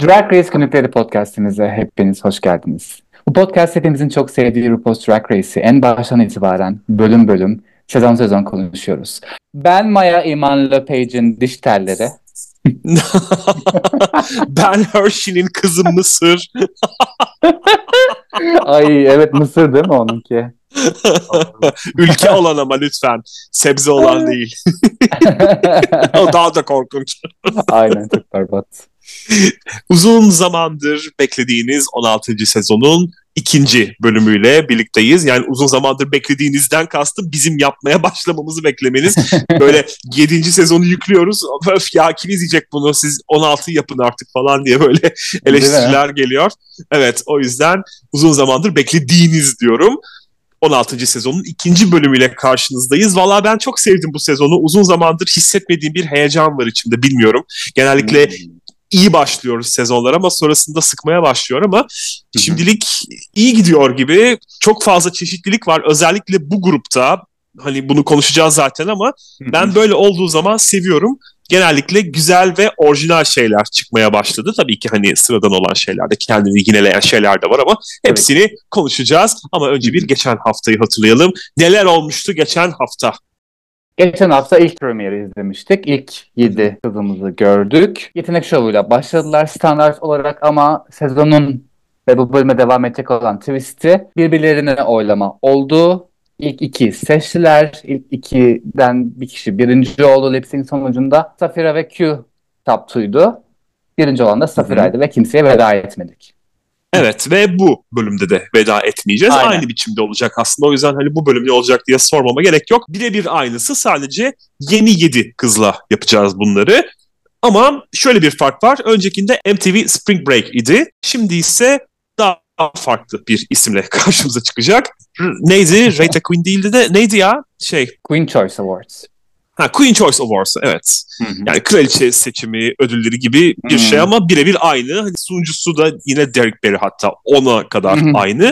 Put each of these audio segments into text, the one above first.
Drag Race Günlükleri podcastimize hepiniz hoş geldiniz. Bu podcast hepimizin çok sevdiği RuPaul's Drag Race'i en baştan itibaren bölüm bölüm, sezon sezon konuşuyoruz. Ben Maya Iman Lepag'in diş telleri. Ben Hershey'nin kızı Mısır. Ay evet, Mısır değil mi onunki? Ülke olan ama lütfen. Sebze olan değil. O daha da korkunç. Aynen, çok berbat. Uzun zamandır beklediğiniz 16. sezonun ikinci bölümüyle birlikteyiz. Yani uzun zamandır beklediğinizden kastım bizim yapmaya başlamamızı beklemeniz. Böyle 7. sezonu yüklüyoruz. Öf ya, kim izleyecek bunu, siz 16 yapın artık falan diye böyle eleştiriler geliyor. Evet, o yüzden uzun zamandır beklediğiniz diyorum. 16. sezonun ikinci bölümüyle karşınızdayız. Valla ben çok sevdim bu sezonu. Uzun zamandır hissetmediğim bir heyecan var içimde, bilmiyorum. Genellikle iyi başlıyoruz sezonlar ama sonrasında sıkmaya başlıyor ama şimdilik iyi gidiyor gibi. Çok fazla çeşitlilik var. Özellikle bu grupta, hani bunu konuşacağız zaten ama ben böyle olduğu zaman seviyorum. Genellikle güzel ve orijinal şeyler çıkmaya başladı. Tabii ki hani sıradan olan şeyler de, kendini yineleyen şeyler de var ama hepsini konuşacağız. Ama önce bir geçen haftayı hatırlayalım. Neler olmuştu geçen hafta? Geçen hafta ilk premieri izlemiştik. İlk 7 kızımızı gördük. Yetenek şovuyla başladılar standart olarak ama sezonun ve bu bölüme devam edecek olan twist'i birbirlerine oylama oldu. İlk 2 seçtiler. İlk 2'den bir kişi birinci oldu lip sync sonucunda. Safira ve Q top 2'ydu. Birinci olan da Safira'ydı ve kimseye veda etmedik. Evet, ve bu bölümde de veda etmeyeceğiz. Aynen. Aynı biçimde olacak aslında. O yüzden hani bu bölüm ne olacak diye sormama gerek yok. Birebir aynısı, sadece yeni 7 kızla yapacağız bunları. Ama şöyle bir fark var. Öncekinde MTV Spring Break idi. Şimdi ise daha farklı bir isimle karşımıza çıkacak. Neydi? Rate Queen değildi de neydi ya? Queen Choice Awards. Queen Choice Awards, evet. Yani kraliçe seçimi ödülleri gibi bir şey ama birebir aynı. Hani sunucusu da yine Derek Barry, hatta ona kadar aynı.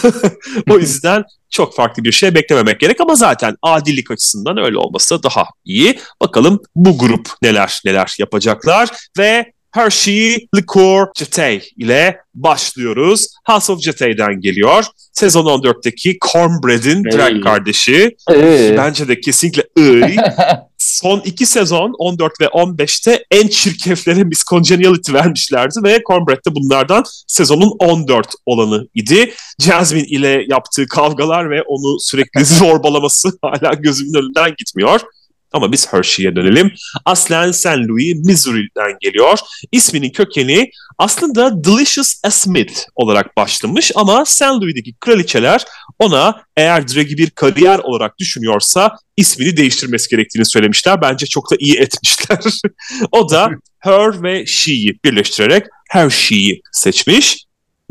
O yüzden çok farklı bir şey beklememek gerek ama zaten adillik açısından öyle olması daha iyi. Bakalım bu grup neler yapacaklar ve Hershey Liqueur Jeté ile başlıyoruz. House of Jeté'den geliyor. Sezon 14'teki Cornbread'in drag kardeşi. Bence de kesinlikle Son 2 sezon 14 ve 15'te en çirkeflere Miss Congeniality vermişlerdi ve Cornbread de bunlardan sezonun 14 olanı idi. Jasmine ile yaptığı kavgalar ve onu sürekli zorbalaması hala gözümün önünden gitmiyor. Ama biz Hershey'e dönelim. Aslen St. Louis, Missouri'den geliyor. İsminin kökeni aslında Delicious A. Smith olarak başlamış ama St. Louis'deki kraliçeler ona eğer drag'i bir kariyer olarak düşünüyorsa ismini değiştirmesi gerektiğini söylemişler. Bence çok da iyi etmişler. O da Her ve She'yi birleştirerek Hershey'i seçmiş.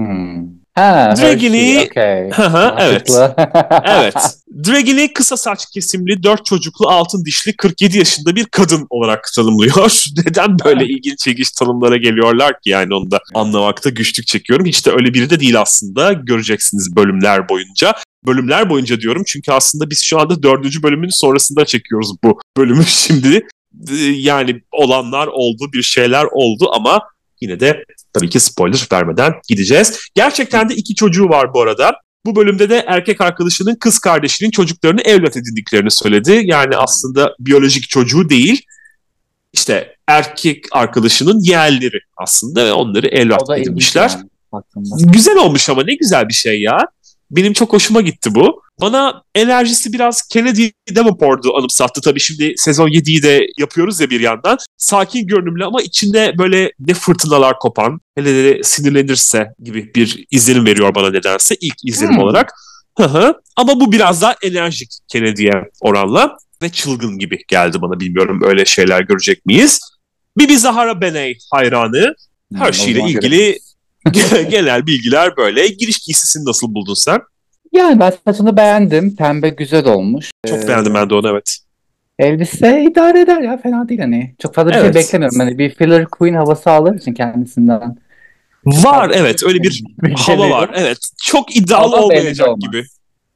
Drag'ini evet. Evet. Drag'ini kısa saç kesimli, 4 çocuklu, altın dişli, 47 yaşında bir kadın olarak tanımlıyor. Neden böyle ilginç tanımlara geliyorlar ki, yani onu da anlamakta güçlük çekiyorum. Hiç de öyle biri de değil aslında. Göreceksiniz bölümler boyunca. Bölümler boyunca diyorum çünkü aslında biz şu anda 4. bölümün sonrasında çekiyoruz bu bölümü şimdi. Yani olanlar oldu, bir şeyler oldu ama yine de tabii ki spoiler vermeden gideceğiz. Gerçekten de 2 çocuğu var bu arada. Bu bölümde de erkek arkadaşının kız kardeşinin çocuklarını evlat edindiklerini söyledi. Yani aslında biyolojik çocuğu değil, işte erkek arkadaşının yeğenleri aslında ve onları evlat edinmişler. Yani, güzel olmuş ama, ne güzel bir şey ya. Benim çok hoşuma gitti bu. Bana enerjisi biraz Kennedy Davenport'u anımsattı. Tabii şimdi sezon 7'yi de yapıyoruz ya bir yandan. Sakin görünümlü ama içinde böyle ne fırtınalar kopan, hele de sinirlenirse gibi bir izlenim veriyor bana nedense, ilk izlenim olarak. Ama bu biraz daha enerjik Kennedy'ye oranla ve çılgın gibi geldi bana. Bilmiyorum, öyle şeyler görecek miyiz? Bibi Zahara Benet hayranı. Her şeyle ilgili genel bilgiler böyle. Giriş giysisini nasıl buldun sen? Yani ben saçını beğendim. Pembe güzel olmuş. Çok beğendim ben de onu, evet. Elbise idare eder ya, fena değil hani. Çok fazla bir şey beklemiyorum. Hani bir filler queen havası alır için kendisinden. Var, evet, öyle bir hava var. Evet, çok iddialı olmayacak gibi.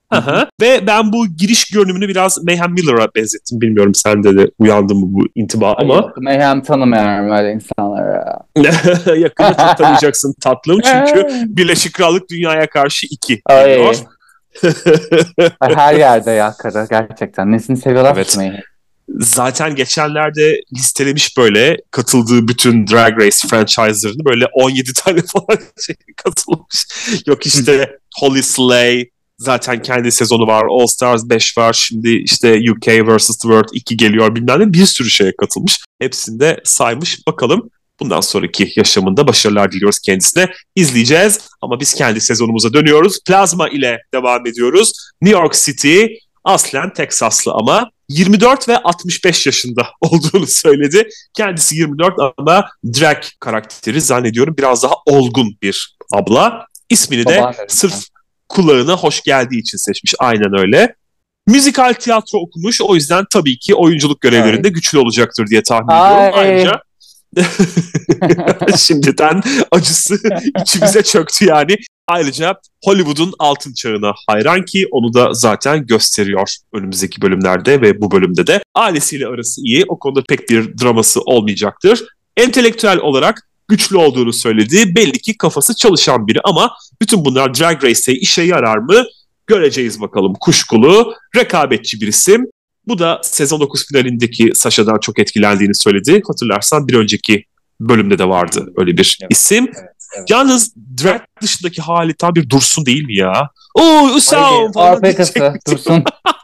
Aha. Ve ben bu giriş görünümünü biraz Mayhem Miller'a benzettim. Bilmiyorum sende de uyandı mı bu intiba ama. Yok, Mayhem tanımıyorum öyle insanlara. Yakında çok tanıyacaksın tatlım. Çünkü Birleşik Krallık dünyaya karşı 2 geliyor. Her yerde ya karı gerçekten. Nesini seviyorlar evet. Zaten geçenlerde listelemiş böyle katıldığı bütün Drag Race franchise'larını, böyle 17 tane falan katılmış. Yok işte Holly Slay, zaten kendi sezonu var. All Stars 5 var. Şimdi işte UK vs. The World 2 geliyor. Bilmem ne, bir sürü şeye katılmış. Hepsini de saymış. Bakalım bundan sonraki yaşamında başarılar diliyoruz kendisine. İzleyeceğiz ama biz kendi sezonumuza dönüyoruz. Plazma ile devam ediyoruz. New York City, aslen Teksaslı ama 24 ve 65 yaşında olduğunu söyledi. Kendisi 24 ama drag karakteri zannediyorum biraz daha olgun bir abla. İsmini de sırf kulağına hoş geldiği için seçmiş. Aynen öyle. Müzikal tiyatro okumuş. O yüzden tabii ki oyunculuk görevlerinde güçlü olacaktır diye tahmin ediyorum. Ayrıca şimdiden acısı içimize çöktü yani. Ayrıca Hollywood'un altın çağına hayran ki onu da zaten gösteriyor önümüzdeki bölümlerde ve bu bölümde de. Ailesiyle arası iyi. O konuda pek bir draması olmayacaktır. Entelektüel olarak güçlü olduğunu söyledi. Belli ki kafası çalışan biri ama bütün bunlar Drag Race'te işe yarar mı? Göreceğiz bakalım. Kuşkulu, rekabetçi bir isim. Bu da sezon 9 finalindeki Sasha'dan çok etkilendiğini söyledi. Hatırlarsan bir önceki bölümde de vardı öyle bir isim. Evet. Yalnız drag dışındaki hali tam bir Dursun değil mi ya? Oo Usam falan. Arkası Dursun.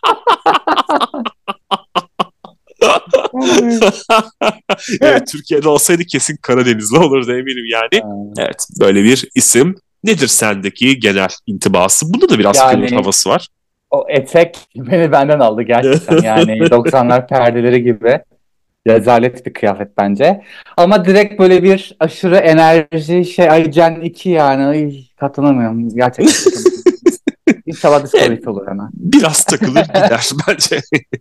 Evet, Türkiye'de olsaydı kesin Karadenizli olurdu eminim yani. Evet, böyle bir isim. Nedir sendeki genel intibası? Bunda da biraz kırmızı havası var. O etek beni benden aldı gerçekten. Yani 90'lar perdeleri gibi. Rezalet bir kıyafet bence. Ama direkt böyle bir aşırı enerji Aycan 2 yani. Ay, katlanamıyorum. Gerçekten katlanamıyorum. İnşallah diskalifiye olur hemen. Biraz takılır gider bence.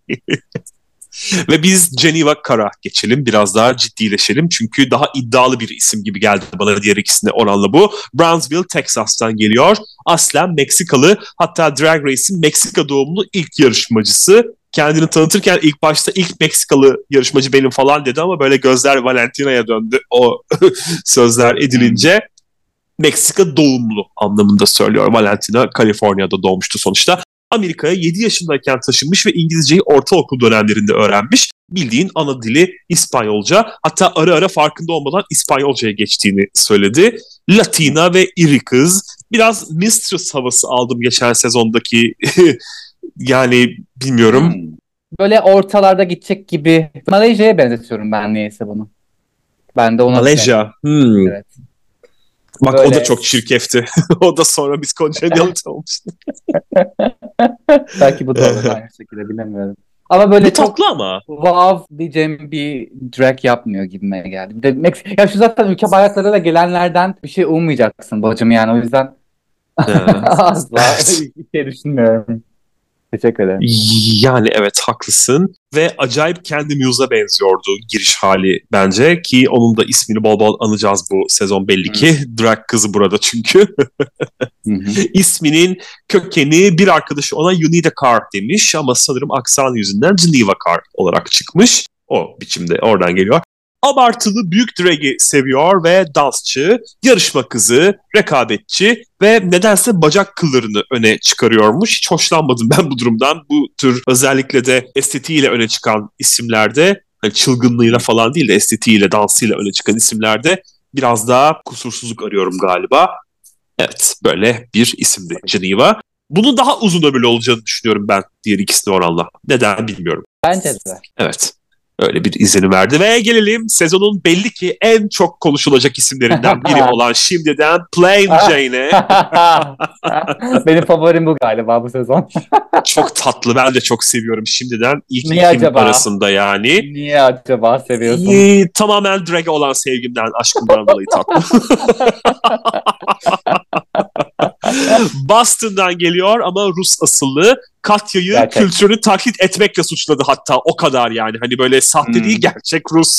Ve biz Geneva Cara geçelim. Biraz daha ciddileşelim. Çünkü daha iddialı bir isim gibi geldi bana diğer ikisine oranla bu. Brownsville, Texas'tan geliyor. Aslen Meksikalı. Hatta Drag Race'in Meksika doğumlu ilk yarışmacısı. Kendini tanıtırken ilk başta ilk Meksikalı yarışmacı benim falan dedi ama böyle gözler Valentina'ya döndü o sözler edilince. Meksika doğumlu anlamında söylüyor. Valentina Kaliforniya'da doğmuştu sonuçta. Amerika'ya 7 yaşındayken taşınmış ve İngilizceyi ortaokul dönemlerinde öğrenmiş. Bildiğin ana dili İspanyolca. Hatta ara ara farkında olmadan İspanyolca'ya geçtiğini söyledi. Latina ve iri kız. Biraz mistress havası aldım geçen sezondaki yani bilmiyorum. Böyle ortalarda gidecek gibi. Malezya'ya benzetiyorum ben niyeyse bunu. Ben de ona Malezya. Evet. Bak böyle. O da çok çirkefti. O da sonra biz Congeniality olmuştu. Belki bu da olur aynı şekilde, bilemiyorum. Ama böyle bu çok tatlı ama. Wow diyeceğim bir drag yapmıyor gibime geldi. Bir de ya şu zaten ülke bayraklarıyla gelenlerden bir şey ummayacaksın bacım yani, o yüzden asla bir şey düşünmüyorum. Teşekkür ederim. Yani evet, haklısın ve acayip kendi Muse'a benziyordu giriş hali bence ki onun da ismini bol bol anacağız bu sezon belli ki. Drag kızı burada çünkü. İsminin kökeni bir arkadaşı ona You Need a Car demiş ama sanırım aksan yüzünden Geneva Car olarak çıkmış. O biçimde oradan geliyor. Abartılı büyük drag'i seviyor ve dansçı, yarışma kızı, rekabetçi ve nedense bacak kıllarını öne çıkarıyormuş. Hiç hoşlanmadım ben bu durumdan. Bu tür özellikle de estetiğiyle öne çıkan isimlerde, hani çılgınlığıyla falan değil de estetiğiyle, dansıyla öne çıkan isimlerde biraz daha kusursuzluk arıyorum galiba. Evet, böyle bir isimdi Geneva. Bunun daha uzun ömürlü olacağını düşünüyorum ben diğer ikisine oranla. Neden bilmiyorum. Bence de. Evet. Öyle bir izlenim verdi ve gelelim sezonun belli ki en çok konuşulacak isimlerinden biri olan şimdiden Plain Jane'e. Benim favorim bu galiba bu sezon. Çok tatlı, ben de çok seviyorum şimdiden. İlk ikim arasında yani. Niye acaba seviyorsun? Tamamen drag'e olan sevgimden, aşkımdan dolayı tatlı. Boston'dan geliyor ama Rus asıllı. Katya'yı Gerçek. kültürünü taklit etmekle suçladı hatta, o kadar yani. Hani böyle sahte değil, gerçek Rus.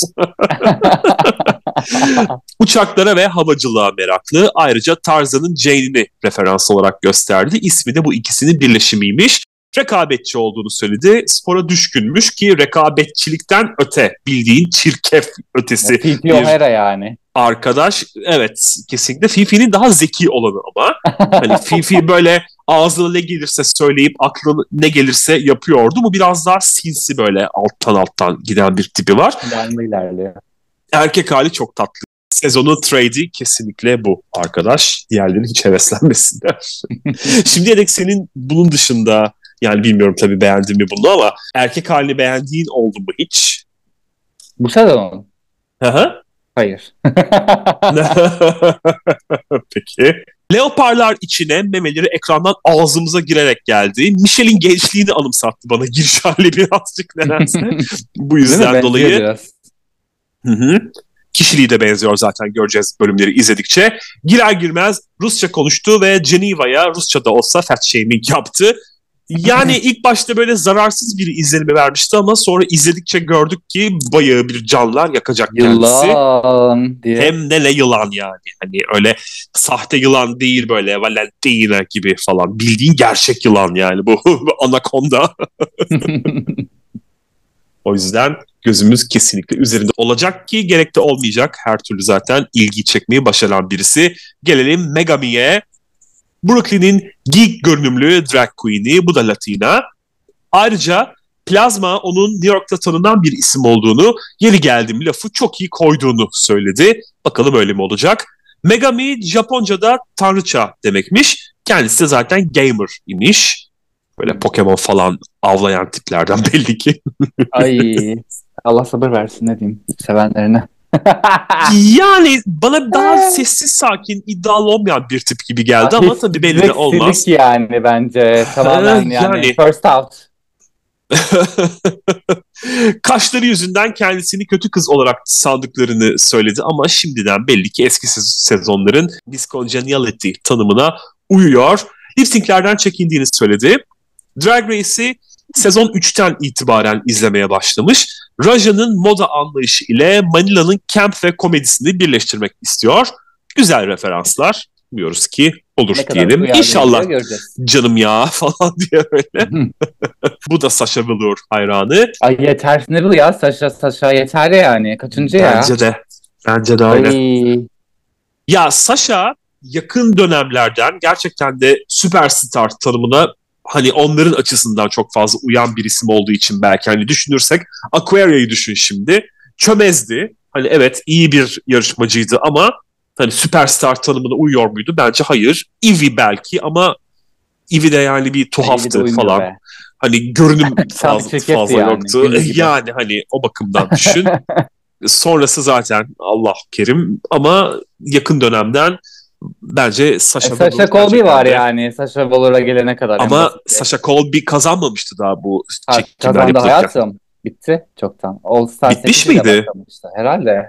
Uçaklara ve havacılığa meraklı. Ayrıca Tarzan'ın Jane'ini referans olarak gösterdi. İsmi de bu ikisinin birleşimiymiş. Rekabetçi olduğunu söyledi. Spora düşkünmüş ki rekabetçilikten öte, bildiğin çirkef ötesi Fifi bir O'Hara yani. arkadaş. Evet, kesinlikle Fifi'nin daha zeki olanı ama. Hani Fifi böyle ağzına ne gelirse söyleyip aklına ne gelirse yapıyordu. Bu biraz daha sinsi, böyle alttan giden bir tipi var. Planlı ilerliyor. Erkek hali çok tatlı. Sezonun trade'i kesinlikle bu arkadaş. Diğerleri hiç heveslenmesinler. Şimdiye dek senin bunun dışında, yani bilmiyorum tabii beğendin mi bunu, ama erkek halini beğendiğin oldu mu hiç? Bu sezon. Hı. Hayır. Peki. Leoparlar içine memeleri ekrandan ağzımıza girerek geldi. Michelle'in gençliğini anımsattı bana giriş hali birazcık nedense. Bu Değil mi? yüzden Benziyor dolayı. biraz. Hı. Kişiliği de benziyor zaten, göreceğiz bölümleri izledikçe. Girer girmez Rusça konuştu ve Geneva'ya Rusça da olsa fat shaming yaptı. Yani ilk başta böyle zararsız bir izlenimi vermişti ama sonra izledikçe gördük ki bayağı bir canlar yakacak kendisi. Yılan diye. Hem de ne yılan yani. Hani öyle sahte yılan değil, böyle Valentina gibi falan. Bildiğin gerçek yılan yani bu. Anaconda. O yüzden gözümüz kesinlikle üzerinde olacak ki gerek de olmayacak. Her türlü zaten ilgi çekmeyi başaran birisi. Gelelim Megami'ye. Brooklyn'in geek görünümlü drag queen'i. Bu da Latina. Ayrıca Plazma onun New York'ta tanınan bir isim olduğunu, yeri geldim lafı çok iyi koyduğunu söyledi. Bakalım öyle mi olacak? Megami Japonca'da tanrıça demekmiş. Kendisi de zaten gamer imiş. Böyle Pokemon falan avlayan tiplerden belli ki. Ay, Allah sabır versin, ne diyeyim sevenlerine. Yani bana daha sessiz sakin, iddialı olmayan bir tip gibi geldi ama tabii belli de olmaz. Silik yani bence tamamen yani first out. Kaşları yüzünden kendisini kötü kız olarak sandıklarını söyledi ama şimdiden belli ki eski sezonların Miss Congeniality tanımına uyuyor. Lip-sync'lerden çekindiğini söyledi. Drag Race'i sezon 3'ten itibaren izlemeye başlamış. Raja'nın moda anlayışı ile Manila'nın camp ve komedisini birleştirmek istiyor. Güzel referanslar. Diyoruz ki olur diyelim. İnşallah canım ya falan diye böyle. Bu da Sasha Velour hayranı. Ay yeter ne bu ya, Sasha yeter yani. Kaçıncı ya? Bence de öyle. Ya Sasha yakın dönemlerden gerçekten de süperstar tanımına, hani onların açısından çok fazla uyan bir isim olduğu için belki, hani düşünürsek Aquaria'yı düşün şimdi. Çömezdi. Hani evet iyi bir yarışmacıydı ama hani süperstar tanımına uyuyor muydu? Bence hayır. Ivy belki ama Ivy de yani bir tuhaftı falan. Be. Hani görünüm fazla yani, yoktu. Yani hani o bakımdan düşün. Sonrası zaten Allah kerim ama yakın dönemden bence Sasha Colby var yani Sasha Velour'a gelene kadar. Ama Sasha Colby kazanmamıştı daha bu çekimler kazandı hayatım. Bitti çoktan. All Star bitmiş miydi? Herhalde.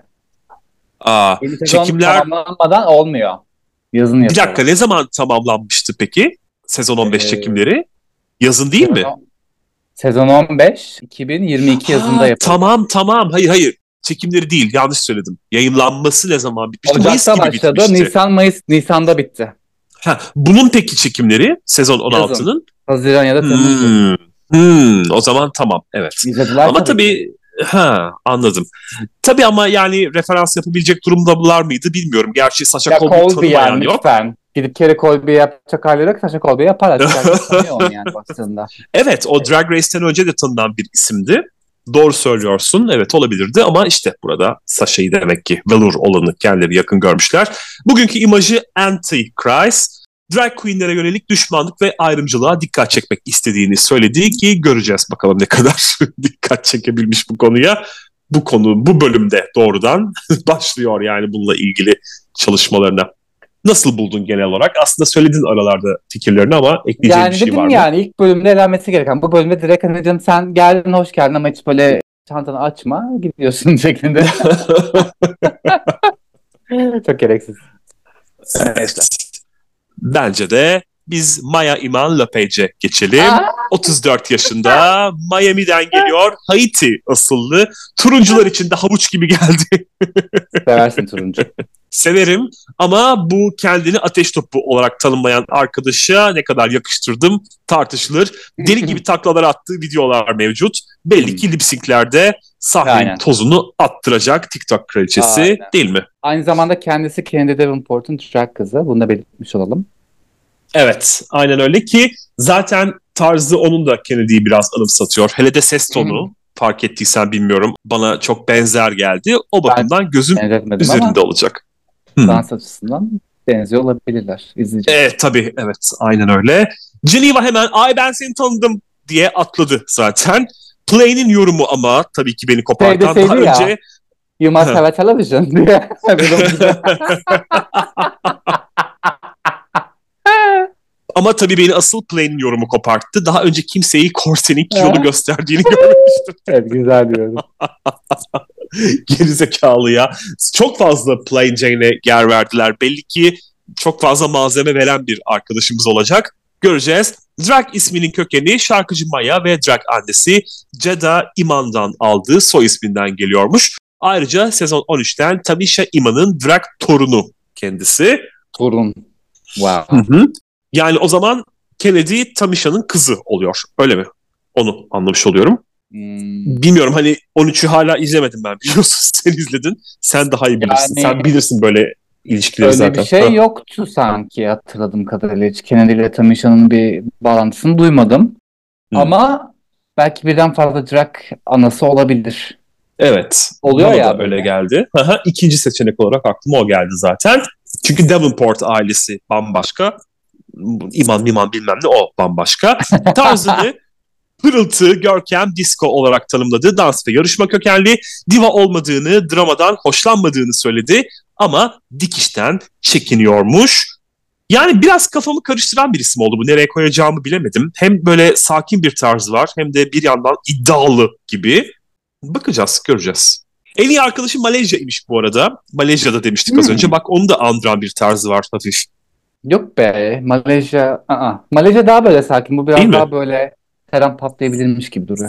Çekimler tamamlanmadan olmuyor. Yazın bir dakika, ne zaman tamamlanmıştı peki? Sezon 15 çekimleri. Yazın değil mi? Sezon 15 2022 yazında yapıldı. Tamam. Hayır. Çekimleri değil, yanlış söyledim. Yayınlanması ne zaman bitmişti? Ocak'ta başladı. Nisan'da bitti. Bunun peki çekimleri sezon 16'nın? Haziran ya da Temmuz. O zaman tamam, evet. İzlediler ama tabii anladım. Tabii ama yani referans yapabilecek durumdalar mıydı bilmiyorum. Gerçi Sasha Colby'yi tanımayan yani, yok. Lütfen. Gidip Kerry Colby'yi yapacak halleri yok. Sasha Colby'yi yapar. Yani baktığında. Evet, o Drag Race'ten önce de tanınan bir isimdi. Doğru söylüyorsun. Evet, olabilirdi ama işte burada Sasha'yı demek ki Velour olanı kendileri yakın görmüşler. Bugünkü imajı Antichrist. Drag queenlere yönelik düşmanlık ve ayrımcılığa dikkat çekmek istediğini söyledi ki göreceğiz bakalım ne kadar dikkat çekebilmiş bu konuya. Bu bölümde doğrudan başlıyor yani bununla ilgili çalışmalarına. Nasıl buldun genel olarak? Aslında söyledin aralarda fikirlerini ama ekleyeceğin bir şey var mı? Yani ilk bölümde elenmesi gereken. Bu bölümde direkt hani canım sen geldin hoş geldin ama hiç böyle çantanı açma gidiyorsun şeklinde. Çok gereksiz. Evet. Bence de biz Maya Iman Lepage'e geçelim. 34 yaşında, Miami'den geliyor. Haiti asıllı. Turuncular içinde havuç gibi geldi. Seversin turuncu. Severim ama bu kendini ateş topu olarak tanımlayan arkadaşa ne kadar yakıştırdım tartışılır. Deli gibi taklalar attığı videolar mevcut. Belli ki lip-sync'lerde sahnenin tozunu attıracak TikTok kraliçesi değil mi? Aynı zamanda kendisi Kennedy Davenport'un drag kızı. Bunu da belirtmiş olalım. Evet, aynen öyle ki zaten tarzı onun da Kennedy'yi biraz anımsatıyor. Hele de ses tonu fark ettiysen bilmiyorum. Bana çok benzer geldi. O bakımdan gözüm üzerinde olacak. Dans açısından benziyor olabilirler. İzleyeceğiz. Tabii evet aynen öyle. Geneva hemen ay ben seni tanıdım diye atladı zaten. Play'nin yorumu ama tabii ki beni kopartan daha önce... You must have a television diye. Ama tabii beni asıl Play'nin yorumu koparttı. Daha önce kimseyi korsenin kilolu gösterdiğini görmemiştim. Evet güzel diyorum. Gerizekalı ya. Çok fazla Plain Jane'e yer verdiler. Belli ki çok fazla malzeme veren bir arkadaşımız olacak. Göreceğiz. Drag isminin kökeni şarkıcı Maya ve drag annesi Ceda Iman'dan aldığı soy isminden geliyormuş. Ayrıca sezon 13'ten Tamisha Iman'ın drag torunu kendisi. Torun. Wow. Yani o zaman Kennedy Tamisha'nın kızı oluyor. Öyle mi? Onu anlamış oluyorum. Bilmiyorum hani 13'ü hala izlemedim ben. Biliyorsun sen izledin. Sen daha iyi bilirsin. Sen bilirsin böyle ilişkileri öyle zaten. Bir şey yoktu sanki hatırladığım kadarıyla. Hiç Kennedy ile Tamisha'nın bir bağlantısını duymadım. Ama belki birden fazla drag anası olabilir. Evet. Oluyor bana ya da öyle geldi. İkinci seçenek olarak aklıma o geldi zaten. Çünkü Davenport ailesi bambaşka. İman bilmem ne o bambaşka. Tarzını pırıltı, görkem, disco olarak tanımladı. Dans ve yarışma kökenli, diva olmadığını, dramadan hoşlanmadığını söyledi. Ama dikişten çekiniyormuş. Yani biraz kafamı karıştıran bir isim oldu bu. Nereye koyacağımı bilemedim. Hem böyle sakin bir tarzı var hem de bir yandan iddialı gibi. Bakacağız, göreceğiz. En iyi arkadaşı Malezya'ymış bu arada. Malezya'da demiştik az önce. Bak onu da andıran bir tarzı var hafif. Yok be. Malezya. Malezya daha böyle sakin. Bu biraz daha böyle teran patlayabilirmiş gibi duruyor.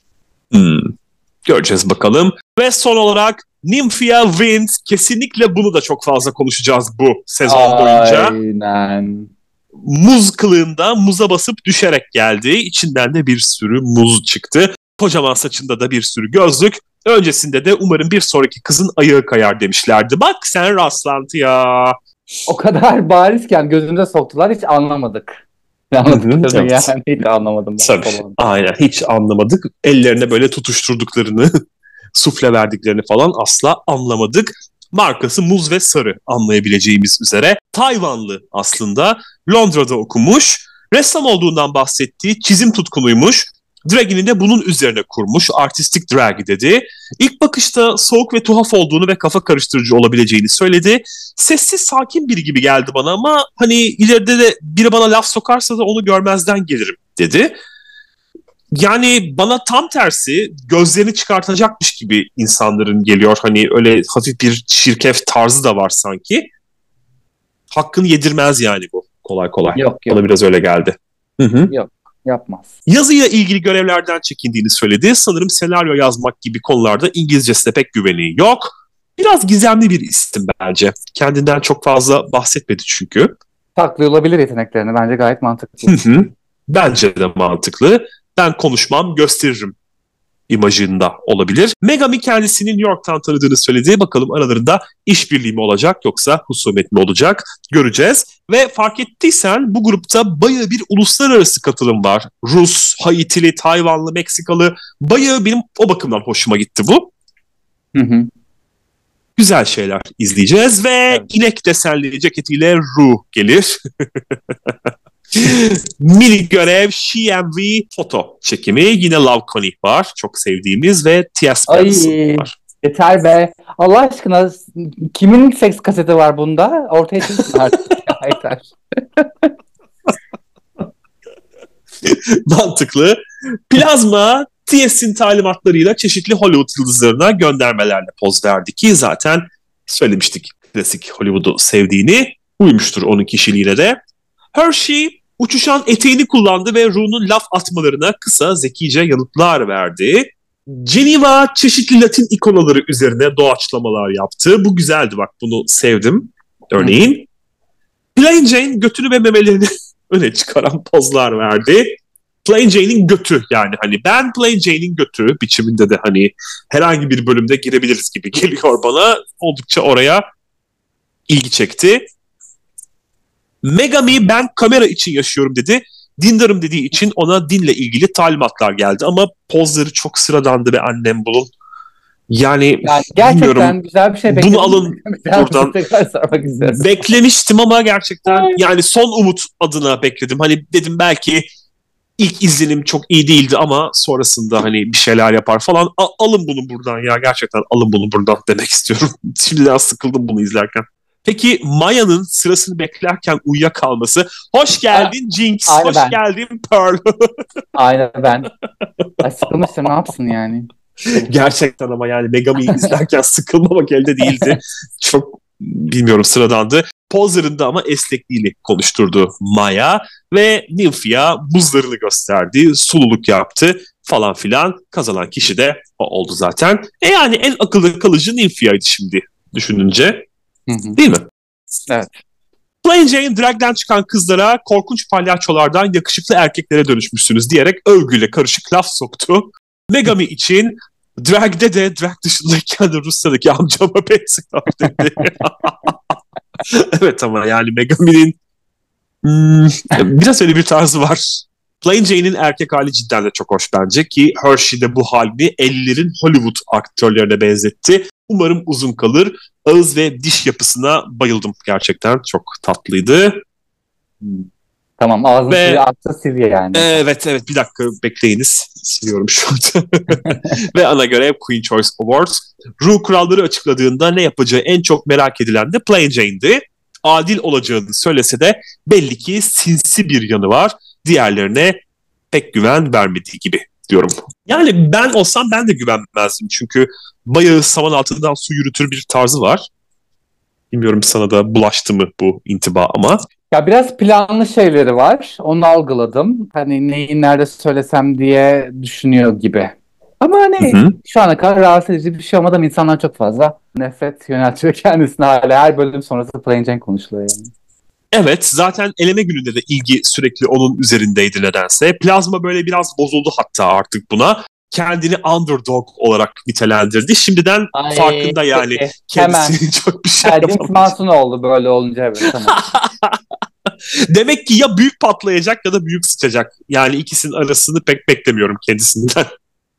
Göreceğiz bakalım. Ve son olarak Nymphia Wind. Kesinlikle bunu da çok fazla konuşacağız bu sezon boyunca. Aynen. Muz kılığında muza basıp düşerek geldi. İçinden de bir sürü muz çıktı. Kocaman saçında da bir sürü gözlük. Öncesinde de umarım bir sonraki kızın ayağı kayar demişlerdi. Bak sen rastlantı ya. O kadar barizken gözümüze soktular hiç anlamadık. Evet. Yani hiç anlamadım. Tabii. Aynen hiç anlamadık. Ellerine böyle tutuşturduklarını, sufle verdiklerini falan asla anlamadık. Markası muz ve sarı anlayabileceğimiz üzere. Tayvanlı aslında. Londra'da okumuş. Ressam olduğundan bahsettiği çizim tutkunuymuş. Drag'ini de bunun üzerine kurmuş. Artistik drag dedi. İlk bakışta soğuk ve tuhaf olduğunu ve kafa karıştırıcı olabileceğini söyledi. Sessiz sakin biri gibi geldi bana ama hani ileride de biri bana laf sokarsa da onu görmezden gelirim dedi. Yani bana tam tersi gözlerini çıkartacakmış gibi insanların geliyor. Hani öyle hafif bir çirkef tarzı da var sanki. Hakkını yedirmez yani bu kolay kolay. Yok. Bana biraz öyle geldi. Yok. Yapmaz. Yazıyla ilgili görevlerden çekindiğini söyledi. Sanırım senaryo yazmak gibi konularda İngilizcesine pek güveni yok. Biraz gizemli bir isim bence. Kendinden çok fazla bahsetmedi çünkü. Saklıyor olabilir yeteneklerini. Bence gayet mantıklı. Bence de mantıklı. Ben konuşmam, gösteririm imajında olabilir. Megami kendisini New York'tan tanıdığını söyledi. Bakalım aralarında işbirliği mi olacak yoksa husumet mi olacak göreceğiz. Ve fark ettiysen bu grupta bayağı bir uluslararası katılım var. Rus, Haitili, Tayvanlı, Meksikalı. Bayağı benim o bakımdan hoşuma gitti bu. Güzel şeyler izleyeceğiz ve inek desenli ceketiyle Ru gelir. Mini görev CMV foto çekimi. Yine Love Connie var. Çok sevdiğimiz ve T.S. Benson var. Yeter be. Allah aşkına kimin seks kaseti var bunda? Ortaya çıksın artık. Yeter. Mantıklı. Plazma T.S.'in talimatlarıyla çeşitli Hollywood yıldızlarına göndermelerle poz verdi ki zaten söylemiştik klasik Hollywood'u sevdiğini. Uymuştur onun kişiliğine de. Hershey Uçuşan eteğini kullandı ve Ru'nun laf atmalarına kısa, zekice yanıtlar verdi. Geneva çeşitli Latin ikonaları üzerine doğaçlamalar yaptı. Bu güzeldi, bak bunu sevdim. Örneğin Plain Jane götünü ve memelerini öne çıkaran pozlar verdi. Plain Jane'in götü, yani hani ben Plain Jane'in götü biçiminde de hani herhangi bir bölümde girebiliriz gibi geliyor bana. Oldukça oraya ilgi çekti. Megami ben kamera için yaşıyorum dedi. Dindarım dediği için ona dinle ilgili talimatlar geldi ama pozları çok sıradandı be annem bunun. Yani gerçekten bilmiyorum, güzel bir şey bekledim. bunu alın buradan. Beklemiştim ama gerçekten yani son umut adına bekledim. Hani dedim belki ilk izlenim çok iyi değildi ama sonrasında hani bir şeyler yapar falan. Alın bunu buradan ya, gerçekten alın bunu buradan demek istiyorum. Şimdiden sıkıldım bunu izlerken. Peki Maya'nın sırasını beklerken uyuyakalması. Hoş geldin Jinx, hoş geldin Pearl. Aynen ben. Sıkılmıştım, ne yapsın yani. Gerçekten ama yani Megami'yi izlerken sıkılmamak elde değildi. Çok bilmiyorum, sıradandı. Pozlarında ama esnekliğini konuşturdu Maya ve Nymphia buzlarını gösterdi, sululuk yaptı falan filan. Kazanan kişi de o oldu zaten. Yani en akıllı kalıcı Nymphia'ydı şimdi düşününce. Değil mi? Evet. Plain Jane drag'den çıkan kızlara korkunç palyaçolardan yakışıklı erkeklere dönüşmüşsünüz diyerek övgüyle karışık laf soktu. Megami için drag'de de drag dışındayken de Rusya'daki amcama benziyor dedi. Evet ama yani Megami'nin biraz öyle bir tarzı var. Plain Jane'in erkek hali cidden de çok hoş bence ki Hershey de bu halini 50'lerin Hollywood aktörlerine benzetti. Umarım uzun kalır. Ağız ve diş yapısına bayıldım gerçekten. Çok tatlıydı. Tamam, ağzını suyu aktı, sil yani. Evet bir dakika bekleyiniz. Siliyorum şu anda. Ve ana görev Queen Choice Awards. Ru kuralları açıkladığında ne yapacağı en çok merak edilen de Plain Jane'di. Adil olacağını söylese de belli ki sinsi bir yanı var. Diğerlerine pek güven vermediği gibi diyorum. Yani ben olsam ben de güvenmezdim. Çünkü bayağı saman altından su yürütür bir tarzı var. Bilmiyorum sana da bulaştı mı bu intiba ama. Ya biraz planlı şeyleri var. Onu algıladım. Hani neyi nerede söylesem diye düşünüyor gibi. Ama hani şu ana kadar rahatsız edici bir şey olmadan insanlar çok fazla nefret yöneltiyor kendisine hala. Her bölüm sonrası Plain Jane konuşuluyor yani. Evet, zaten eleme gününde de ilgi sürekli onun üzerindeydi nedense. Plazma böyle biraz bozuldu hatta artık buna. Kendini underdog olarak nitelendirdi. Şimdiden farkında yani. Kendisi çok bir şey yapamadı. James Manson oldu böyle olunca, evet, tamam. Demek ki ya büyük patlayacak ya da büyük sıçacak. Yani ikisinin arasını pek beklemiyorum kendisinden.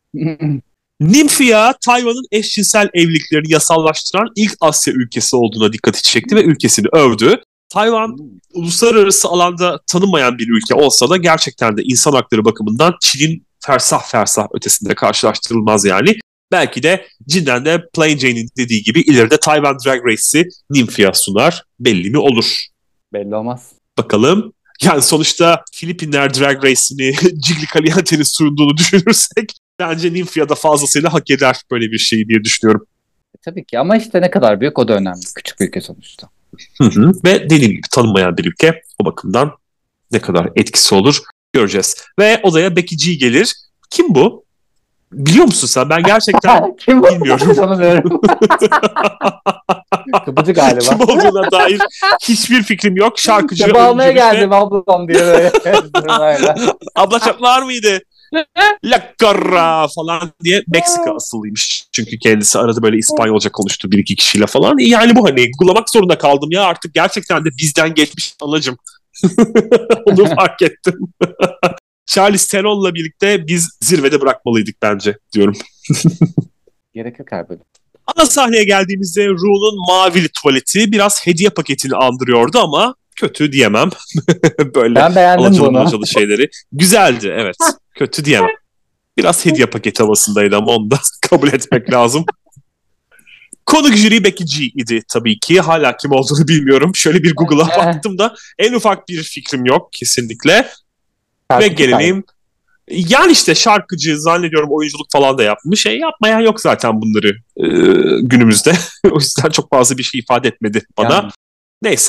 Nymphia, Tayvan'ın eşcinsel evliliklerini yasallaştıran ilk Asya ülkesi olduğuna dikkati çekti ve ülkesini övdü. Tayvan, uluslararası alanda tanınmayan bir ülke olsa da gerçekten de insan hakları bakımından Çin'in fersah ötesinde karşılaştırılmaz yani. Belki de cidden de Plain Jane'in dediği gibi ileride Tayvan Drag Race'i Nymphia sunar. Belli mi olur? Belli olmaz. Bakalım. Yani sonuçta Filipinler Drag Race'ini Jiggly Caliente'nin sunduğunu düşünürsek bence Nymphia da fazlasıyla hak eder böyle bir şeyi diye düşünüyorum. Tabii ki ama işte ne kadar büyük o da önemli. Küçük bir ülke sonuçta. Ve dediğim gibi tanınmayan bir ülke. O bakımdan ne kadar etkisi olur göreceğiz. Ve odaya Becky G gelir. Kim bu? Biliyor musun sen? Ben gerçekten kim bu? bilmiyorum. Tanımıyorum. Kapıcı galiba. Kim olduğuna dair hiçbir fikrim yok. Şarkıcı. Bağlamaya geldim ablam diye böyle. Abla çok var mıydı? La Carra falan diye Meksika asıllıymış. Çünkü kendisi arada böyle İspanyolca konuştu bir iki kişiyle falan. Yani bu hani googlamak zorunda kaldım ya, artık gerçekten de bizden geçmiş anacım. Onu fark ettim. Charlize Theron'la birlikte biz zirvede bırakmalıydık bence diyorum. Gerek yok abi. Ana sahneye geldiğimizde Ru'nun mavili tuvaleti biraz hediye paketini andırıyordu ama kötü diyemem. Böyle ben beğendim bunu. Şeyleri. Güzeldi, evet. Kötü diyemem. Biraz hediye paketi havasındaydı ama onu da kabul etmek lazım. Konuk jüri Becky G idi tabii ki. Hala kim olduğunu bilmiyorum. Şöyle bir Google'a baktım da en ufak bir fikrim yok kesinlikle. Ve gelelim. Yani işte şarkıcı, zannediyorum oyunculuk falan da yapmış. Yapmayan yok zaten bunları günümüzde. O yüzden çok fazla bir şey ifade etmedi bana. Yani. Neyse,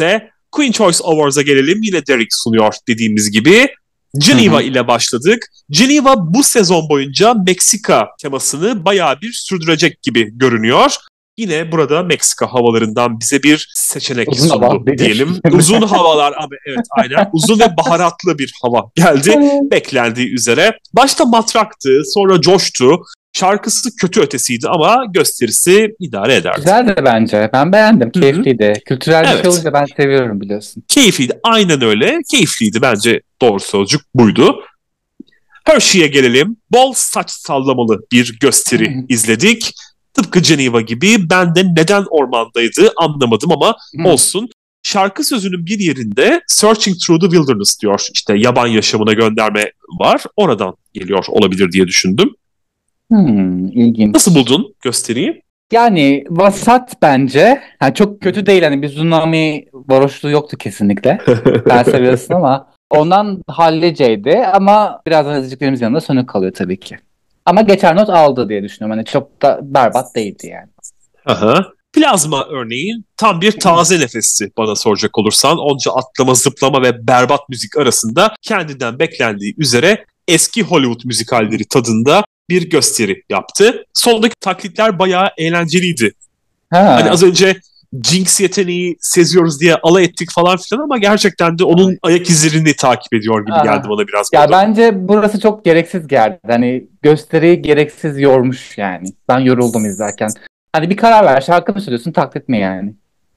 Queen Choice Awards'a gelelim. Yine Derek sunuyor dediğimiz gibi. Geneva ile başladık. Geneva bu sezon boyunca Meksika temasını bayağı bir sürdürecek gibi görünüyor. Yine burada Meksika havalarından bize bir seçenek sundu diyelim. Uzun havalar abi, evet aynen. Uzun ve baharatlı bir hava geldi beklendiği üzere. Başta matraktı, sonra coştu. Şarkısı kötü ötesiydi ama gösterisi idare ederdi. Güzeldi bence. Ben beğendim. Keyifliydi. Kültürel bir şey olunca ben seviyorum biliyorsun. Keyifliydi. Aynen öyle. Keyifliydi. Bence doğru sözcük buydu. Hershey'e gelelim. Bol saç sallamalı bir gösteri izledik. Tıpkı Geneva gibi. Ben de neden ormandaydı anlamadım ama olsun. Şarkı sözünün bir yerinde Searching Through the Wilderness diyor. İşte yaban yaşamına gönderme var. Oradan geliyor olabilir diye düşündüm. İlginç. Nasıl buldun gösteriyi? Yani vasat bence. Yani çok kötü değil. Hani bir tsunami varoşluğu yoktu kesinlikle. Ben seviyorsun ama ondan halliceydi ama birazdan izlediklerimiz yanında sönük kalıyor tabii ki. Ama geçer not aldı diye düşünüyorum. Hani çok da berbat değildi yani. Aha. Plazma örneğin tam bir taze nefesti bana soracak olursan. Onca atlama, zıplama ve berbat müzik arasında kendinden beklendiği üzere eski Hollywood müzikalleri tadında bir gösteri yaptı. Sondaki taklitler bayağı eğlenceliydi. Hani az önce Jinx yeteneği seziyoruz diye alay ettik falan filan ama gerçekten de onun ayak izlerini takip ediyor gibi geldi bana biraz. Ya bence burası çok gereksiz geldi. Hani gösteriyi gereksiz yormuş yani. Ben yoruldum izlerken. Hani bir karar ver. Şarkı mı söylüyorsun, taklit mi yani?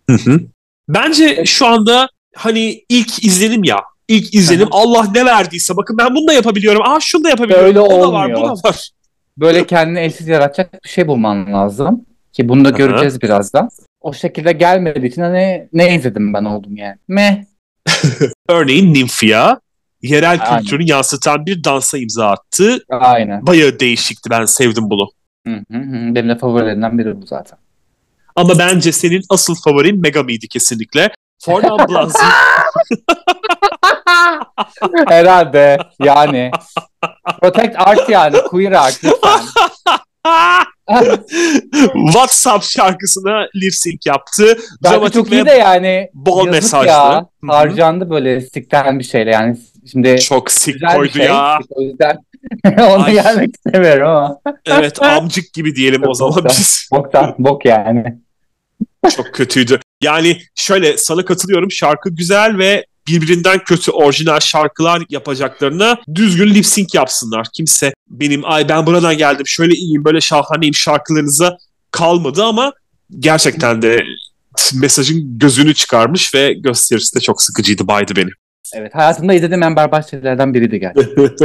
Bence şu anda hani ilk izlenim ya. İlk izlenim Allah ne verdiyse bakın ben bunu da yapabiliyorum. Şunu da yapabiliyorum. Böyle o olmuyor. da var, bu da var. Böyle kendini eşsiz yaratacak bir şey bulman lazım. Ki bunu da göreceğiz birazdan. O şekilde gelmediği için hani ne izledim ben oldum yani. Meh. Örneğin Nymphia yerel kültürünü yansıtan bir dansa imza attı. Aynen. Bayağı değişikti. Ben sevdim bunu. Benim de favorilerimden biri bu zaten. Ama bence senin asıl favorin Megami'ydi kesinlikle. Forlan Blasi. Herhalde yani. Protect art yani. Queer art lütfen. WhatsApp şarkısına lip sync yaptı. Dramatik çok iyi de yani. Bol mesajlı. Ya, harcandı böyle sikten bir şeyle yani. Şimdi çok sik koydu şey, ya. O yüzden onu gelmek istemiyorum ama. Evet, amcık gibi diyelim o zaman biz. Bok yani. Çok kötüydü. Yani şöyle sana katılıyorum. Şarkı güzel ve birbirinden kötü orijinal şarkılar yapacaklarına düzgün lip sync yapsınlar. Kimse benim ben buradan geldim şöyle iyiyim böyle şahaneyim şarkılarınıza kalmadı ama gerçekten de mesajın gözünü çıkarmış ve gösterisi de çok sıkıcıydı, baydı beni. Evet, hayatımda izlediğim en berbat şeylerden biriydi gerçekten.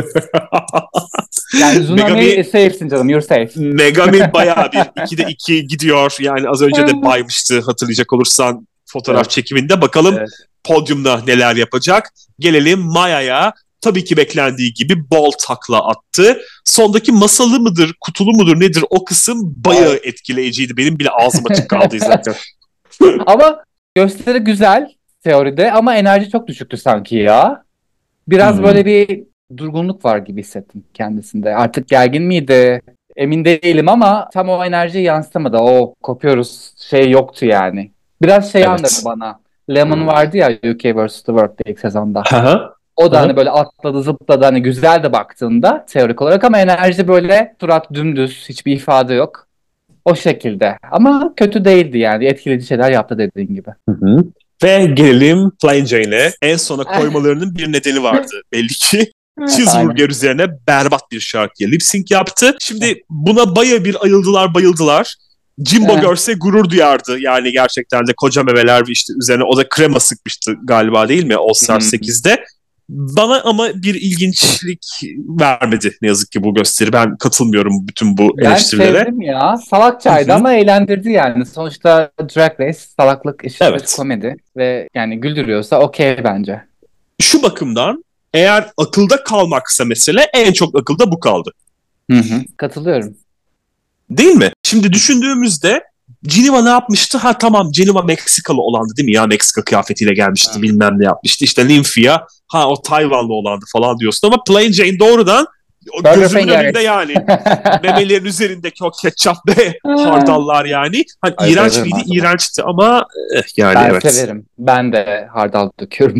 Yani Tsunami safe'sin canım, you're safe. Megami bayağı bir 2'de 2 gidiyor. Yani az önce de baymıştı hatırlayacak olursan fotoğraf çekiminde. Bakalım podyumda neler yapacak. Gelelim Maya'ya. Tabii ki beklendiği gibi bol takla attı. Sondaki masalı mıdır, kutulu mudur nedir o kısım bayağı etkileyiciydi. Benim bile ağzım açık kaldı izlerken. Ama gösteri güzel teoride ama enerji çok düşüktü sanki ya. Biraz böyle bir durgunluk var gibi hissettim kendisinde. Artık gergin miydi? Emin değilim ama tam o enerjiyi yansıtamadı. O kopuyoruz şey yoktu yani. Biraz andırdı bana. Lemon vardı ya UK vs. The World ilk sezonda. O da hani böyle atladı zıpladı hani güzeldi baktığında teorik olarak ama enerji böyle surat dümdüz, hiçbir ifade yok. O şekilde. Ama kötü değildi yani. Etkileyici şeyler yaptı dediğin gibi. Ve gelelim Plain Jane'e. En sona koymalarının bir nedeni vardı belli ki. Cheeseburger üzerine berbat bir şarkıya lip sync yaptı. Şimdi buna baya bir bayıldılar. Jimbo görse gurur duyardı. Yani gerçekten de koca memeler işte üzerine o da krema sıkmıştı galiba değil mi All Star 8'de. Bana ama bir ilginçlik vermedi ne yazık ki bu gösteri. Ben katılmıyorum bütün bu eleştirilere. Ben sevdim ya. Salakçaydı ama eğlendirdi yani. Sonuçta Drag Race salaklık eşittir komedi ve yani güldürüyorsa okey bence. Şu bakımdan eğer akılda kalmaksa mesele en çok akılda bu kaldı. Katılıyorum. Değil mi? Şimdi düşündüğümüzde Geneva ne yapmıştı? Tamam Geneva Meksikalı olandı değil mi ya? Meksika kıyafetiyle gelmişti bilmem ne yapmıştı. İşte Nymphia o Tayvanlı olandı falan diyorsun ama Plain Jane doğrudan Gözümün önünde yani. Memelerin üzerindeki o ketçap ve hardallar yani. Hani iğrenç miydi? İğrençti ama yani ben evet. severim. Ben de hardal döküyorum.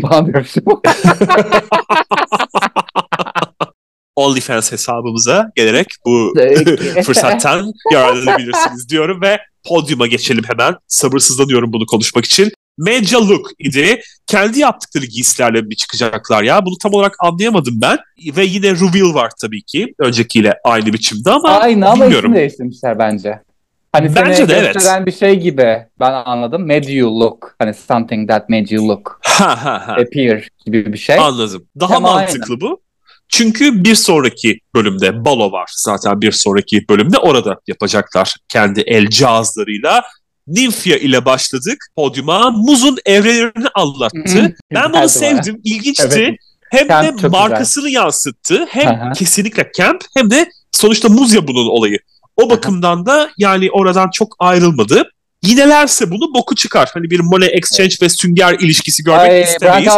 OnlyFans hesabımıza gelerek bu fırsattan yararlanabilirsiniz diyorum ve podyuma geçelim hemen. Sabırsızlanıyorum bunu konuşmak için. Media Look idi. Kendi yaptıkları giysilerle mi çıkacaklar ya? Bunu tam olarak anlayamadım ben. Ve yine Reveal var tabii ki. Öncekiyle aynı biçimde ama aynı ama bilmiyorum. isim değiştirmişler bence. Hani bence seni de gösteren bir şey gibi ben anladım. Made you look. Hani something that made you look. Appear gibi bir şey. Anladım. Daha Hem mantıklı aynı. bu. Çünkü bir sonraki bölümde balo var. Zaten bir sonraki bölümde orada yapacaklar kendi el cihazlarıyla. Nymphia ile başladık podyuma. Muz'un evrelerini anlattı. Ben bunu sevdim. İlginçti. Evet. Hem Camp de markasını yansıttı. Hem kesinlikle Camp hem de sonuçta Muz ya bunun olayı. O bakımdan da yani oradan çok ayrılmadı. Yinelerse bunu boku çıkar. Hani bir Money Exchange ve Sünger ilişkisi görmek istemeyiz.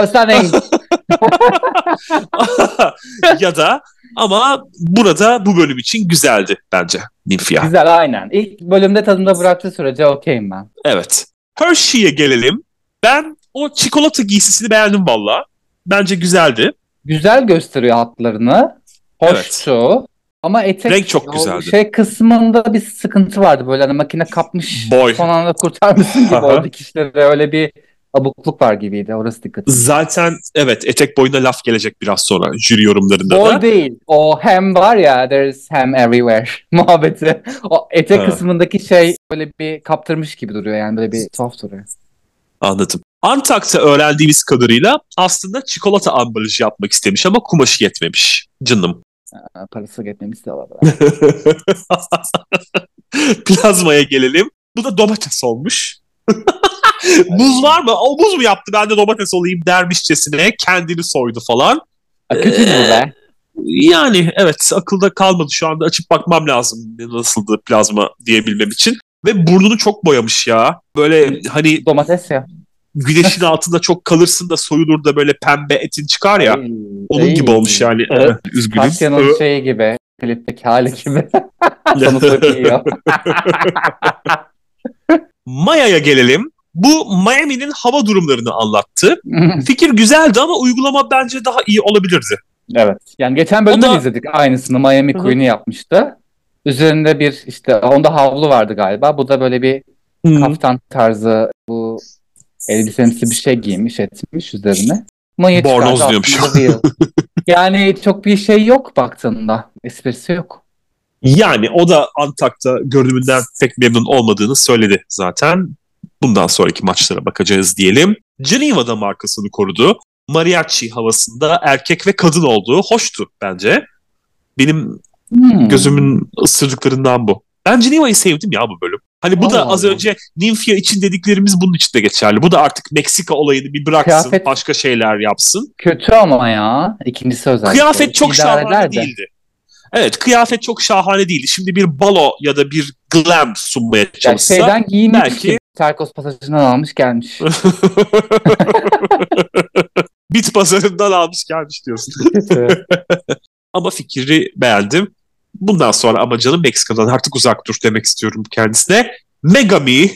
Ya da ama burada bu bölüm için güzeldi bence Nymphia. Güzel aynen. İlk bölümde tadında bıraktığı sürece okeyim ben. Evet. Hershey'e gelelim. Ben o çikolata giysisini beğendim valla. Bence güzeldi. Güzel gösteriyor hatlarını. Hoştu. Evet. Ama etek renk çok güzeldi. Şey kısmında bir sıkıntı vardı. Böyle hani makine kapmış. Son anda kurtarmışsın gibi o dikişlere öyle bir abukluk var gibiydi. Orası dikkat. Zaten evet etek boyuna laf gelecek biraz sonra jüri yorumlarında da. Boy değil. O hem var ya there's hem everywhere muhabbeti. O etek kısmındaki şey böyle bir kaptırmış gibi duruyor yani böyle bir tuhaf duruyor. Anladım. Antak'ta öğrendiğimiz kadarıyla aslında çikolata ambalajı yapmak istemiş ama kumaşı yetmemiş. Canım. Parası yetmemiş de var. Plazmaya gelelim. Bu da domates olmuş. Muz var mı? O muz mu yaptı? Ben de domates olayım dermişçesine kendini soydu falan. Kötü mü be? Yani evet akılda kalmadı şu anda açıp bakmam lazım nasıldı plazma diyebilmem için. Ve burnunu çok boyamış ya. Böyle hani domates ya. Güneşin altında çok kalırsın da soyulur da böyle pembe etin çıkar ya. Onun gibi olmuş yani. Üzgünüm. Kasya'nın şeyi gibi. Klipteki hali gibi. Sonu soyuyor. Maya'ya gelelim. Bu Miami'nin hava durumlarını anlattı. Fikir güzeldi ama uygulama bence daha iyi olabilirdi. Evet. Yani geçen bölümde izledik aynısını. Miami Queen'i yapmıştı. Üzerinde bir işte onda havlu vardı galiba. Bu da böyle bir kaftan tarzı bu elbisemsi bir şey giymiş etmiş üzerine. Bornoz diyormuş. Yani çok bir şey yok baktığında. Esprisi yok. Yani o da Antak'ta görünümünden pek memnun olmadığını söyledi zaten. Bundan sonraki maçlara bakacağız diyelim. Geneva'da markasını korudu. Mariachi havasında erkek ve kadın olduğu hoştu bence. Benim gözümün ısırdıklarından bu. Ben Geneva'yı sevdim ya bu bölüm. Hani bu da az önce Nymphia için dediklerimiz bunun için de geçerli. Bu da artık Meksika olayını bir bıraksın, kıyafet başka şeyler yapsın. Kötü ama ya. İkincisi özellikle. Kıyafet çok şahane değildi. Evet, kıyafet çok şahane değildi. Şimdi bir balo ya da bir glam sunmaya çalışsa. Yani şeyden giyinmiş belki... Terkos pasajından almış gelmiş. Bit pazarından almış gelmiş diyorsun. Ama fikri beğendim. Bundan sonra ama canım Meksika'dan artık uzak dur demek istiyorum kendisine. Megami.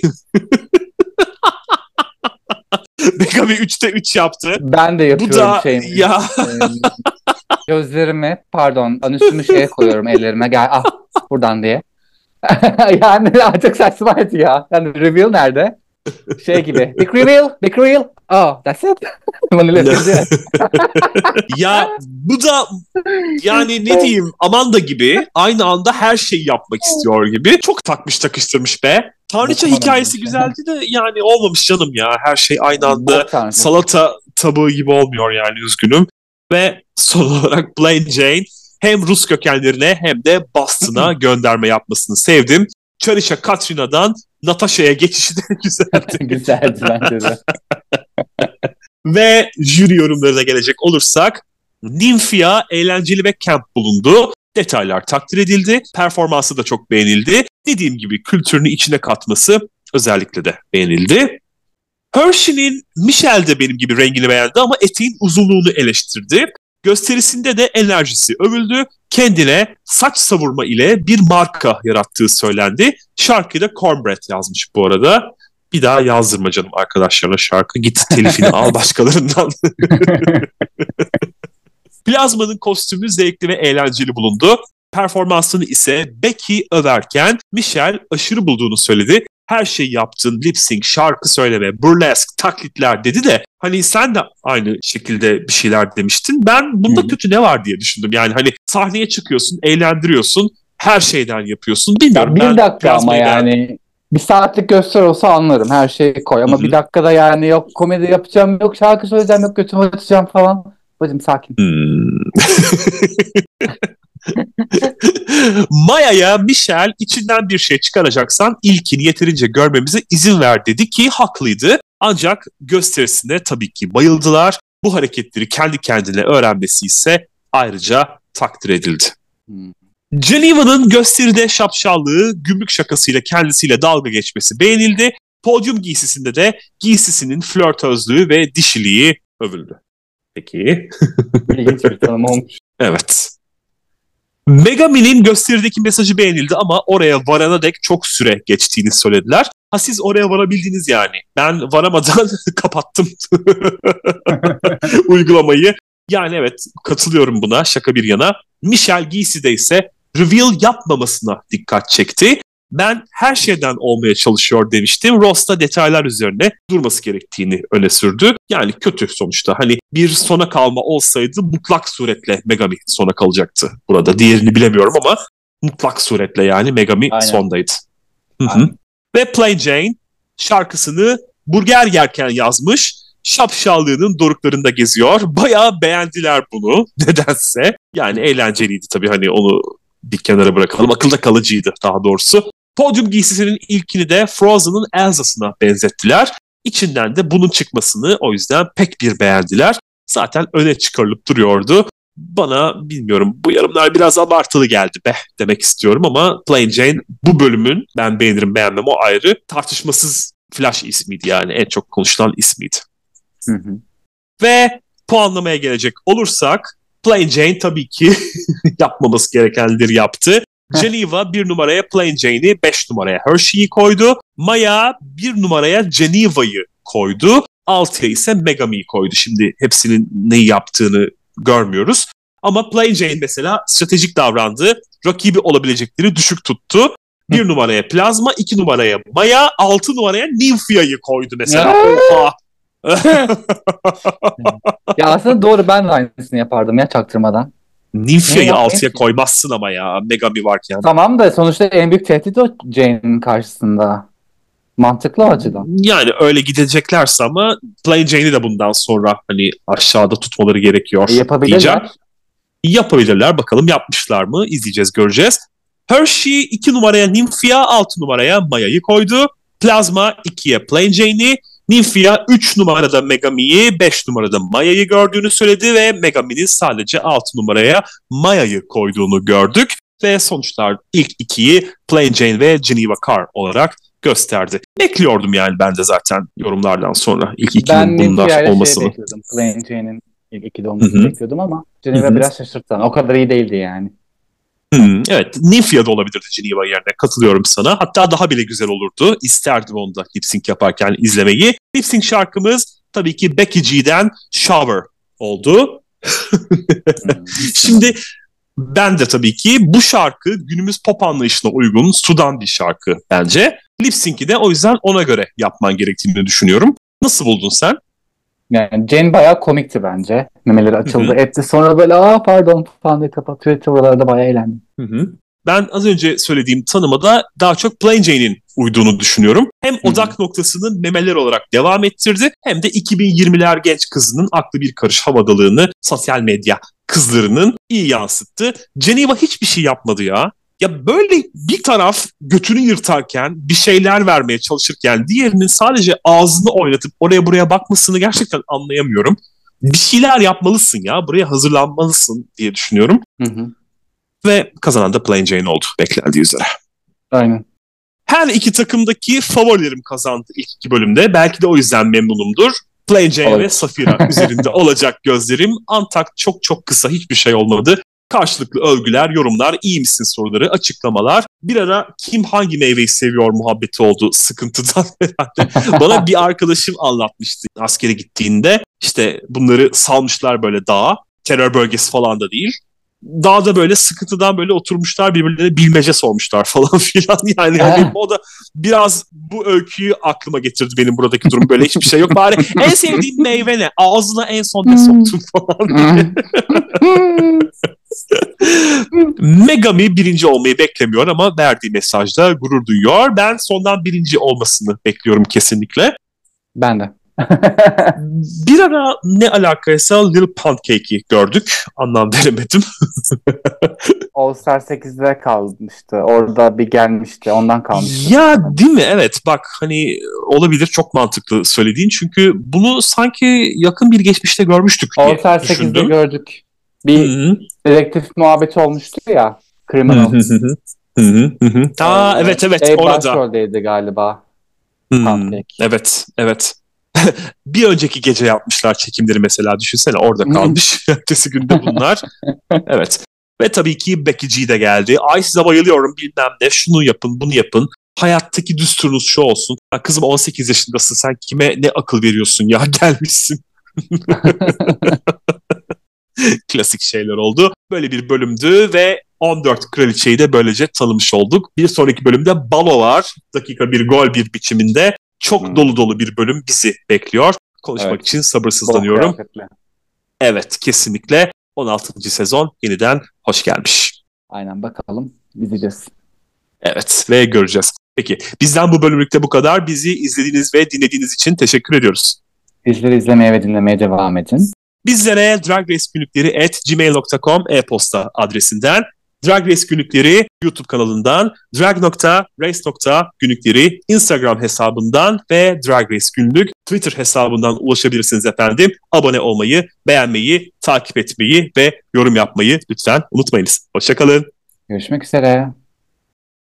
Megami 3'te 3 yaptı. Ben de yapıyorum bu da, şeyimi. Ya. Gözlerimi üstümü şeye koyuyorum ellerime gel buradan diye. Yani artık saçmaydı ya. Yani reveal nerede? Şey gibi. Big reveal. Oh, that's it. Ya bu da yani ne diyeyim Amanda gibi aynı anda her şeyi yapmak istiyor gibi. Çok takmış takıştırmış be. Tanrıça hikayesi güzeldi de yani olmamış canım ya. Her şey aynı anda salata tabağı gibi olmuyor yani üzgünüm. Ve son olarak Plain Jane hem Rus kökenlerine hem de Boston'a gönderme yapmasını sevdim. Charisha Katrina'dan Natasha'ya geçişi de güzeldi. Güzeldi bence de. Ve jüri yorumlarına gelecek olursak Nymphia eğlenceli ve camp bulundu. Detaylar takdir edildi. Performansı da çok beğenildi. Dediğim gibi kültürünü içine katması özellikle de beğenildi. Hershey'nin Michelle de benim gibi rengini beğendi ama eteğin uzunluğunu eleştirdi. Gösterisinde de enerjisi övüldü. Kendine saç savurma ile bir marka yarattığı söylendi. Şarkıyı da Cornbread yazmış bu arada. Bir daha yazdırma canım arkadaşlarına şarkı. Git telifini al başkalarından. Plazma'nın kostümü zevkli ve eğlenceli bulundu. Performansını ise Becky överken Michelle aşırı bulduğunu söyledi. Her şeyi yaptın, lip sync, şarkı söyleme, burlesk, taklitler dedi de hani sen de aynı şekilde bir şeyler demiştin. Ben bunda kötü ne var diye düşündüm. Yani hani sahneye çıkıyorsun, eğlendiriyorsun, her şeyden yapıyorsun. Bilmiyorum. Ya bir dakika ama yani bir saatlik gösteri olsa anlarım, her şeyi koy ama bir dakikada yani yok komedi yapacağım, yok şarkı söyleyeceğim, yok götümü açacağım falan. Bacım sakin. Maya'ya Michelle içinden bir şey çıkaracaksan ilkini yeterince görmemize izin ver dedi ki haklıydı. Ancak gösterisine tabii ki bayıldılar. Bu hareketleri kendi kendine öğrenmesi ise ayrıca takdir edildi. Geneva'nın gösteride şapşallığı, gümrük şakasıyla kendisiyle dalga geçmesi beğenildi. Podyum giysisinde de giysisinin flörtözlüğü ve dişiliği övüldü. Peki. İlginç bir tanım olmuş. Evet. Megami'nin gösterideki mesajı beğenildi ama oraya varana dek çok süre geçtiğini söylediler. Ha siz oraya varabildiniz yani. Ben varamadan kapattım uygulamayı. Yani evet, katılıyorum buna, şaka bir yana. Michelle giyside ise reveal yapmamasına dikkat çekti. Ben her şeyden olmaya çalışıyor demiştim. Ross da detaylar üzerine durması gerektiğini öne sürdü. Yani kötü sonuçta. Hani bir sona kalma olsaydı mutlak suretle Megami sona kalacaktı burada. Diğerini bilemiyorum ama mutlak suretle yani Megami sondaydı. Ve Plain Jane şarkısını burger yerken yazmış. Şapşallığının doruklarında geziyor. Bayağı beğendiler bunu nedense. Yani eğlenceliydi tabii, hani onu bir kenara bırakalım. Akılda kalıcıydı daha doğrusu. Podyum giysisinin ilkini de Frozen'ın Elsa'sına benzettiler. İçinden de bunun çıkmasını o yüzden pek bir beğendiler. Zaten öne çıkarılıp duruyordu. Bana bilmiyorum, bu yorumlar biraz abartılı geldi be demek istiyorum ama Plain Jane bu bölümün, ben beğenirim beğenmem o ayrı, tartışmasız Flash ismiydi, yani en çok konuşulan ismiydi. Ve puanlamaya gelecek olursak Plain Jane tabii ki yapmaması gerekenleri yaptı. Geneva 1 numaraya Plain Jane'i, 5 numaraya Hershey'i koydu. Maya 1 numaraya Geneva'yı koydu. 6'ya ise Megami'yi koydu. Şimdi hepsinin neyi yaptığını görmüyoruz. Ama Plain Jane mesela stratejik davrandı. Rakibi olabilecekleri düşük tuttu. 1 numaraya Plazma, 2 numaraya Maya, 6 numaraya Nymfia'yı koydu mesela. Oha! Ya aslında doğru, ben de aynısını yapardım ya çaktırmadan. Nymfia'yı 6'ya koymazsın ama ya Megami varken. Tamam da sonuçta en büyük tehdit o Jane'in karşısında. Mantıklı açıdan. Yani öyle gideceklerse ama Plain Jane'i de bundan sonra hani aşağıda tutmaları gerekiyor. Yapabilirler. Yapabilirler. Bakalım yapmışlar mı? İzleyeceğiz, göreceğiz. Hershey 2 numaraya Nymphia, 6 numaraya Maya'yı koydu. Plazma 2'ye Plain Jane'i, Nymphia 3 numarada Megami'yi, 5 numarada Maya'yı gördüğünü söyledi ve Megami'nin sadece 6 numaraya Maya'yı koyduğunu gördük. Ve sonuçlar ilk ikiyi Plain Jane ve Geneva Carr olarak gösterdi. Bekliyordum yani ben de zaten yorumlardan sonra ilk ikinin bunlar olmasını. Ben bekliyordum. Plain Jane'in ilk ikide olmasını bekliyordum ama Geneva biraz şaşırtan. O kadar iyi değildi yani. Evet, Nymphia da olabilirdi Geneva yerine, katılıyorum sana. Hatta daha bile güzel olurdu. İsterdim onu da lip sync yaparken izlemeyi. Lip sync şarkımız tabii ki Becky G'den Shower oldu. Şimdi ben de tabii ki bu şarkı günümüz pop anlayışına uygun, sudan bir şarkı bence. Lip sync'i de o yüzden ona göre yapman gerektiğini düşünüyorum. Nasıl buldun sen? Yani Jane bayağı komikti bence. Memeleri açıldı etti. Sonra böyle pardon falan diye kapatıyor. Oralarda bayağı eğlendim. Ben az önce söylediğim tanımada daha çok Plain Jane'in uyduğunu düşünüyorum. Hem odak noktasını memeler olarak devam ettirdi hem de 2020'ler genç kızının aklı bir karış havadalığını sosyal medya kızlarının iyi yansıttı. Geneva hiçbir şey yapmadı ya. Ya böyle bir taraf götünü yırtarken, bir şeyler vermeye çalışırken diğerinin sadece ağzını oynatıp oraya buraya bakmasını gerçekten anlayamıyorum. Bir şeyler yapmalısın ya, buraya hazırlanmalısın diye düşünüyorum. Ve kazanan da Plain Jane oldu beklendiği üzere. Aynen. Her iki takımdaki favorilerim kazandı ilk iki bölümde. Belki de o yüzden memnunumdur. Plain Jane ve Safira üzerinde olacak gözlerim. Antak çok çok kısa, hiçbir şey olmadı. Karşılıklı övgüler, yorumlar, iyi misin soruları, açıklamalar. Bir ara kim hangi meyveyi seviyor muhabbeti oldu sıkıntıdan herhalde. Bana bir arkadaşım anlatmıştı askere gittiğinde. İşte bunları salmışlar böyle dağa. Terör bölgesi falan da değil. Dağda böyle sıkıntıdan böyle oturmuşlar, birbirlerine bilmece sormuşlar falan filan. Yani hani o da biraz bu öyküyü aklıma getirdi, benim buradaki durum. Böyle hiçbir şey yok. Bari en sevdiğin meyve ne? Ağzına en son ne soktun falan diye. Megami birinci olmayı beklemiyor ama verdiği mesajda gurur duyuyor. Ben sondan birinci olmasını bekliyorum kesinlikle. Ben de. Bir ara ne alakaysa Little Pancake'i gördük. Anlam veremedim. All Star 8'de kalmıştı. Orada bir gelmişti. Ondan kalmıştı. Ya değil mi? Evet, bak hani olabilir, çok mantıklı söylediğin. Çünkü bunu sanki yakın bir geçmişte görmüştük diye All Star 8'de düşündüm. gördük. Bir dedektif muhabbeti olmuştu ya. Criminal. Evet orada. Başroldeydi galiba. Evet. Bir önceki gece yapmışlar çekimleri mesela, düşünsene, orada kalmış. Ertesi günde bunlar. Evet. Ve tabii ki Becky G de geldi. Ay size bayılıyorum, bilmem ne, şunu yapın, bunu yapın. Hayattaki düsturunuz şu olsun. Ya kızım 18 yaşındasın, sen kime ne akıl veriyorsun ya, gelmişsin. Klasik şeyler oldu. Böyle bir bölümdü ve 14 kraliçeyi de böylece tanımış olduk. Bir sonraki bölümde balo var. Dakika bir gol bir biçiminde. Çok dolu dolu bir bölüm bizi bekliyor. Konuşmak için sabırsızlanıyorum. Evet, kesinlikle. 16. sezon yeniden hoş gelmiş. Aynen, bakalım. İzleyeceğiz. Evet ve göreceğiz. Peki, bizden bu bölümlükte bu kadar. Bizi izlediğiniz ve dinlediğiniz için teşekkür ediyoruz. Bizleri izlemeye ve dinlemeye devam edin. Bizlere dragracegünlükleri@gmail.com e-posta adresinden, Drag Race Günlükleri YouTube kanalından, drag.race.günlükleri Instagram hesabından ve Drag Race Günlük Twitter hesabından ulaşabilirsiniz efendim. Abone olmayı, beğenmeyi, takip etmeyi ve yorum yapmayı lütfen unutmayınız. Hoşça kalın. Görüşmek üzere.